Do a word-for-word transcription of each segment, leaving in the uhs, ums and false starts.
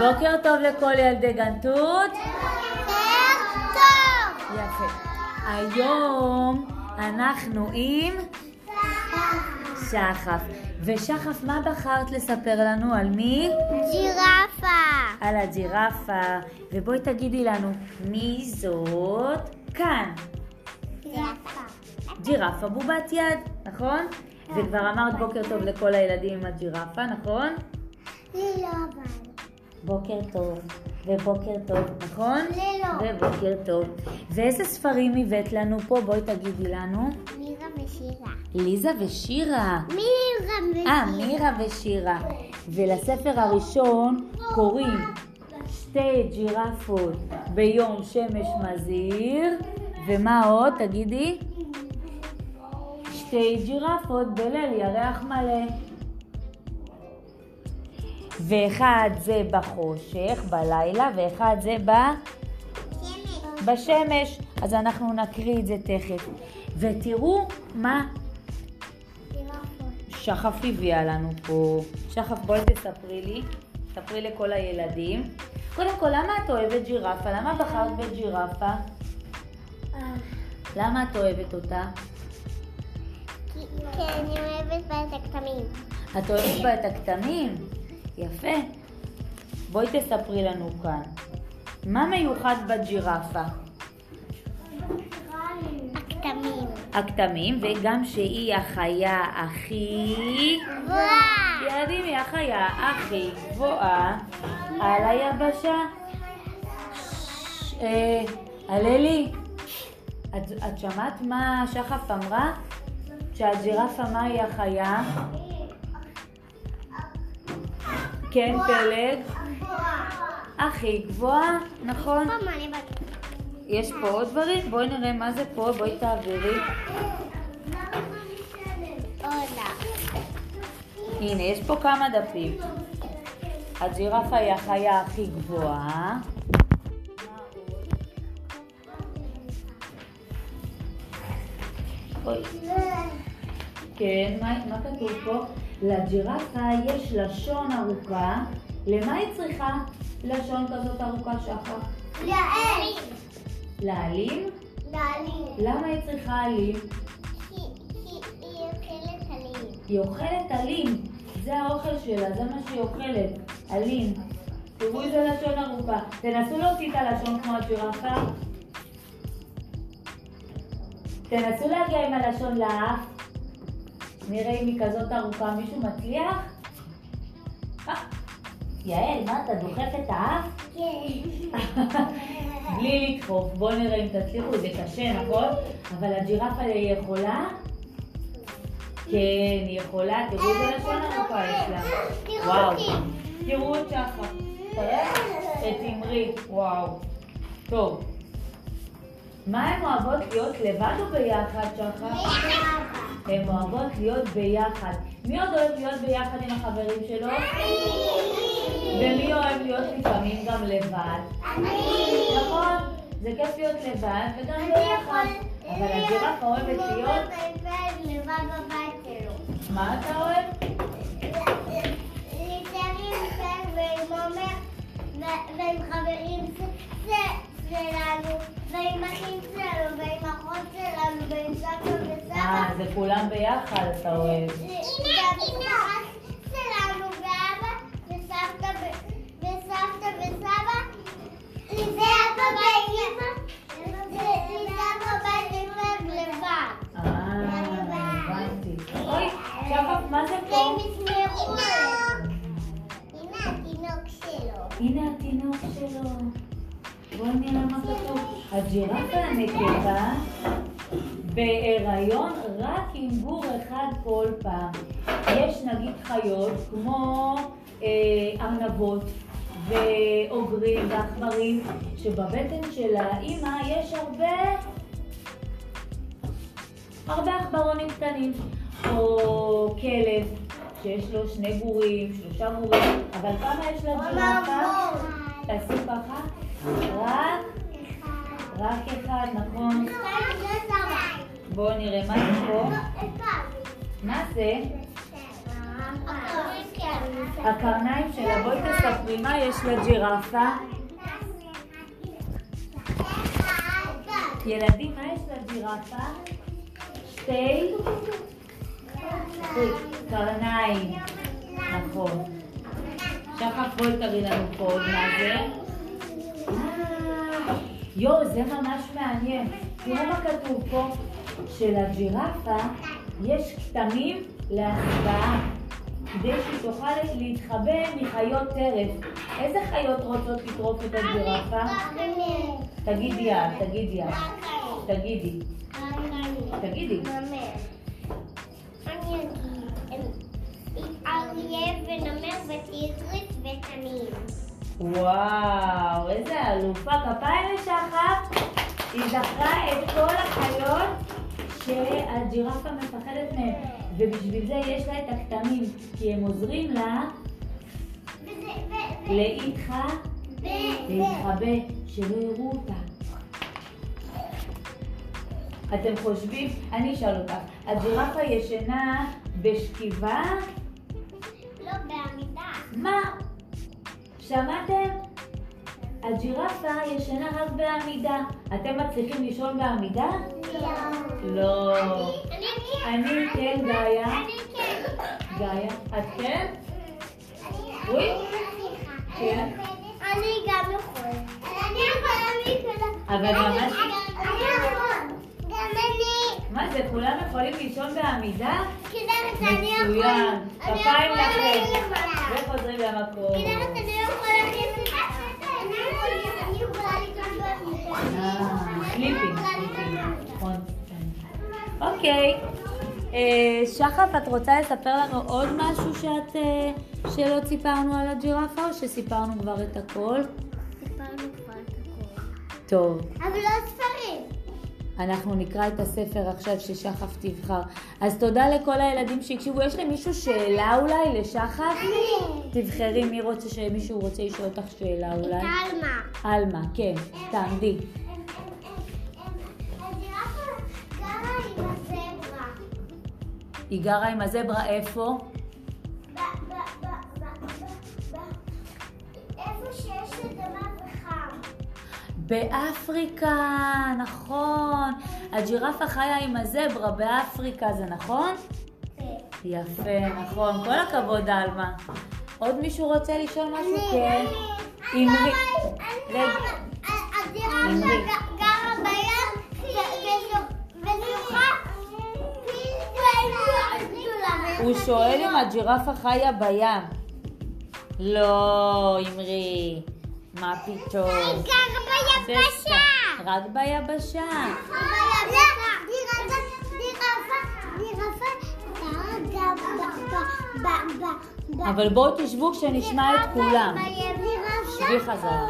בוקר טוב לכל ילדי גנתות. בוקר טוב. יפה. היום אנחנו עם שחף. ושחף, מה בחרת לספר לנו? על מי? ג'ירפה. על הג'ירפה. ובואי תגידי לנו, מי זאת? כאן. ג'ירפה. ג'ירפה בובת יד, נכון? וכבר אמרת בוקר טוב לכל הילדים עם הג'ירפה, נכון? לי לא אבל. בוקר טוב, ובוקר טוב, נכון? לי לא. ובוקר טוב. ואיזה ספרים הבאת לנו פה? בואי תגידי לנו. מירה ושירה. ליזה ושירה. מירה ושירה. אה, מירה ושירה. ולספר הראשון קוראים שתי ג'ירפות ביום שמש מזהיר. ומה עוד? תגידי. שתי ג'ירפות בליל ירח מלא. ואחד זה בחושך, בלילה, ואחד זה ב... שמש. בשמש. אז אנחנו נקריא את זה תכף. ותראו מה ג'ירפות. שחף הביאה לנו פה. שחף, בואי תספרי לי. תספרי לכל הילדים. קודם כל, למה את אוהבת ג'ירפה? למה בחרת בג'ירפה? למה את אוהבת אותה? כי כי אני אוהבת בה את הכתמים. את אוהבת בה את הכתמים? יפה. בואי תספרי לנו כאן. מה מיוחד בג'ירפה? הכתמים. הכתמים, וגם שהיא החיה הכי... גבוהה. ילדים, היא החיה הכי גבוהה על היבשה. אה, הללי, את, את שמעת מה שחף אמרה? שהג'ירפה מה היא החיה? כן, פלג. הכי גבוהה, נכון? פה מלא בת. יש פה עוד דברים? בואי נראה מה זה פה, בואי תעבירי. עולה. הנה, יש פה כמה דפים. הג'ירפה היא החיה הכי גבוהה. אוי. כן, מה, מה כתוב פה? לג'ירפה יש לשון ארוכה. למה היא צריכה לשון כזאת ארוכה, שחר? להעלים. להעלים? להעלים. למה היא צריכה עלים? כי כי היא אוכלת עלים. היא אוכלת עלים. זה האוכל שלה, זה מה שהיא אוכלת. עלים. תראו איזה לשון ארוכה. תנסו להוציא את הלשון כמו הג'ירפה. תנסו להגיע עם הלשון לאף. נראה אם היא כזאת ארוכה. מישהו מצליח? אה, יעל, מה אתה דוחף את האף? כן. בלי לדחוף. בואו נראה אם תצליחו, זה קשה, נכון? אבל הג'ירפה היא יכולה? כן, היא יכולה. תראו איזה לשון ארוכה יש לה. וואו. תראו את שחר. תראה? את אמרי. וואו. טוב. מה הן אוהבות להיות לבד או ביחד, שחר? הן אוהבות להיות ביחד. מי עוד אוהב להיות ביחד עם החברים שלו? ומי אוהב להיות לפעמים גם לבד? נכון, זה כיף להיות לבד וגם ביחד. אבל הג'ירפה אוהבת להיות... לבד בבית שלו. מה אתה אוהב? להתארים כאן ועם עומר ועם חברים שלנו ועם אחים שלנו ועם אחות שלנו ועם סבתא וסבא. אה, זה כולם ביחד אתה אוהב. והמשפחה שלנו ואבא וסבתא וסבתא וסבא ואבא ואמא וסבתא בבית לבד. אה, הבנתי. אוי, שחף, מה זה פה? והם ישמחו עליהם. הנה התינוק שלו. הנה התינוק שלו. בואי נראה מה כתוב. הג'ירפה הנקבה בהיריון רק עם גור אחד כל פעם. יש נגיד חיות כמו אה, ארנבות ואוגרים ועכברים שבבטן של האמא יש הרבה הרבה עכברונים קטנים, או כלב שיש לו שני גורים, שלושה גורים, אבל כמה יש לג'ירפה? תעשו ככה, רק רק אחד, נכון? בואו נראה מה זה פה. מה זה? הקרניים שלה, בואי תספרי מה יש לג'ירפה. ילדים, מה יש לג'ירפה? שתי קרניים. נכון. שחף, בואי תראי לנו פה עוד מה זה. יו, זה ממש מעניין. תראו מה כתוב פה, שלג'ירפה יש כתמים להסבעה, כדי שהיא תוכל להתחבא מחיות טרף. איזה חיות רוצות לטרוף את הג'ירפה? תגידי את, תגידי את. תגידי. תגידי. אני אגיד. אריה ונמר וטיגריס ותנין. וואו, איזה אלופה. כפיים לשחף. היא זכרה את כל החיות שהג'ירפה מפחדת מהם. ובשביל זה יש לה את הכתמים, כי הם עוזרים לה להתחבא, שלא יראו אותה. אתם חושבים, אני אשאל אותך, הג'ירפה ישנה בשכיבה? לא, בעמידה. מה? שמעתם? הג'ירפה ישנה רק בעמידה. אתם מצליחים לישון בעמידה? לא. לא. אני כן. אני כן, גאיה. אני כן. גאיה, את כן? אני אוי? כן. אני גם יכול. אני יכולה. אבל ממש... אני יכול. גם אני. מה זה, כולם יכולים לישון בעמידה? כדאי אני יכול. מצוין. כפיים לכם. וחוזרים למקום. כדאי אני יכולה. אני יכולה לישון בעמידה. אה, סליפינג, סליפינג. נכון. אוקיי. שחף, את רוצה לספר לנו עוד משהו שאת, שלא סיפרנו על הג'ירפה, או שסיפרנו כבר את הכל? סיפרנו כבר את הכל. טוב. אבל לא ספרים. אנחנו נקרא את הספר עכשיו ששחף תבחר. אז תודה לכל הילדים שהקשיבו. יש למישהו שאלה אולי לשחף? תבחרי מי רוצה שמישהו רוצה לשאול אותך שאלה אולי. את אלמה. אלמה, כן, תעמדי. היא גרה עם הזברה איפה? איפה שיש אדמה וחם. באפריקה, נכון. הג'ירפה חיה עם הזברה באפריקה, זה נכון? כן. יפה, נכון. כל הכבוד, אלמה. עוד מישהו רוצה לשאול משהו? כן. אמרי. הג'ירפה גרה בים ושוחה. הוא שואל אם הג'ירפה חיה בים. לא, אמרי. מה פתאום? היא גרה ביבשה. רק ביבשה. אבל בואו תשבו כשנשמע את כולם. שבי חזרה.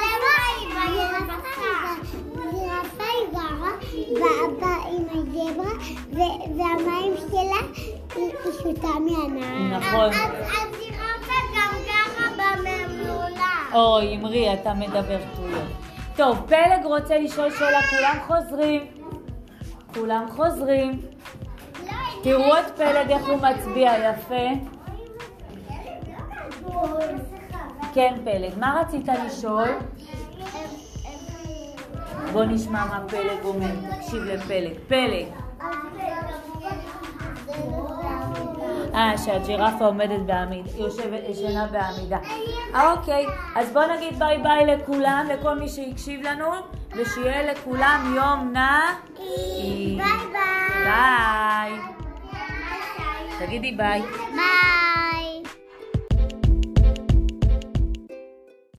ג'ירפה היא גרה עם הזברה והמים שלה היא שותה מהנהר. נכון. הג'ירפה גם גרה בממלולה. אוי, אמרי, אתה מדבר שטויות. טוב, פלג רוצה לשאול שאלה, כולם חוזרים. כולם חוזרים. תראו את פלג איך הוא מצביע, יפה. כן, פלג, מה רצית לשאול? בוא נשמע מה פלג אומר, תקשיב לפלג. פלג. אה, שהג'ירפה עומדת בעמידה, היא יושבת, ישנה בעמידה. אה, אוקיי, אז בוא נגיד ביי ביי לכולם, לכל מי שהקשיב לנו, ושיהיה לכולם יום נעים. ביי ביי. ביי. תגידי ביי. ביי.